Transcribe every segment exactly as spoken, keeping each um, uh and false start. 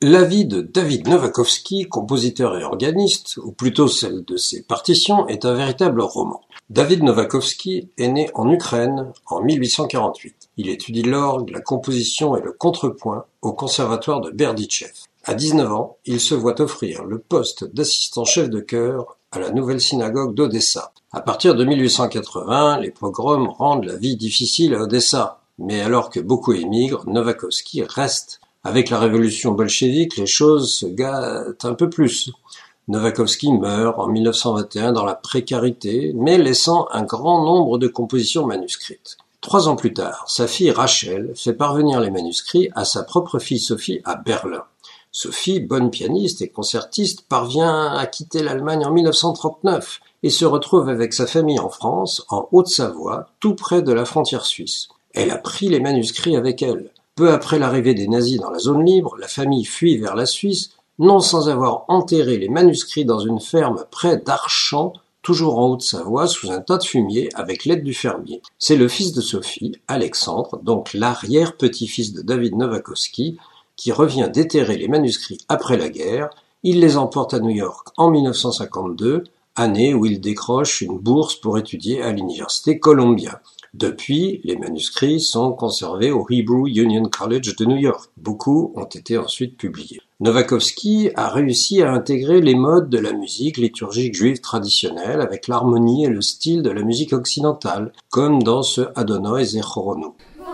La vie de David Novakovski, compositeur et organiste, ou plutôt celle de ses partitions, est un véritable roman. David Novakovski est né en Ukraine en mille huit cent quarante-huit. Il étudie l'orgue, la composition et le contrepoint au conservatoire de Berdichev. À dix-neuf ans, il se voit offrir le poste d'assistant chef de chœur à la nouvelle synagogue d'Odessa. À partir de mille huit cent quatre-vingts, les pogroms rendent la vie difficile à Odessa. Mais alors que beaucoup émigrent, Novakovski reste. Avec la révolution bolchevique, les choses se gâtent un peu plus. Novakovski meurt en mille neuf cent vingt et un dans la précarité, mais laissant un grand nombre de compositions manuscrites. Trois ans plus tard, sa fille Rachel fait parvenir les manuscrits à sa propre fille Sophie à Berlin. Sophie, bonne pianiste et concertiste, parvient à quitter l'Allemagne en mille neuf cent trente-neuf et se retrouve avec sa famille en France, en Haute-Savoie, tout près de la frontière suisse. Elle a pris les manuscrits avec elle. Peu après l'arrivée des nazis dans la zone libre, la famille fuit vers la Suisse, non sans avoir enterré les manuscrits dans une ferme près d'Archamps, toujours en Haute-Savoie, sous un tas de fumier, avec l'aide du fermier. C'est le fils de Sophie, Alexandre, donc l'arrière-petit-fils de David Novakovski, qui revient déterrer les manuscrits après la guerre. Il les emporte à New York en mille neuf cent cinquante-deux, année où il décroche une bourse pour étudier à l'université Columbia. Depuis, les manuscrits sont conservés au Hebrew Union College de New York. Beaucoup ont été ensuite publiés. Novakovski a réussi à intégrer les modes de la musique liturgique juive traditionnelle avec l'harmonie et le style de la musique occidentale, comme dans ce Adonai Zechoronu.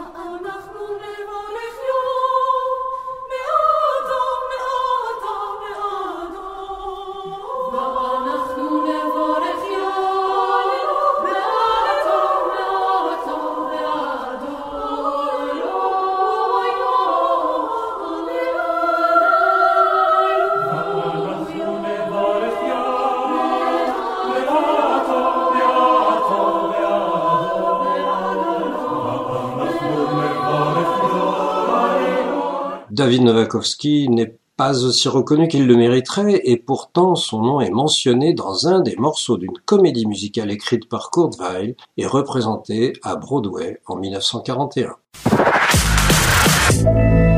David Novakovski n'est pas aussi reconnu qu'il le mériterait et pourtant son nom est mentionné dans un des morceaux d'une comédie musicale écrite par Kurt Weill et représentée à Broadway en mille neuf cent quarante et un.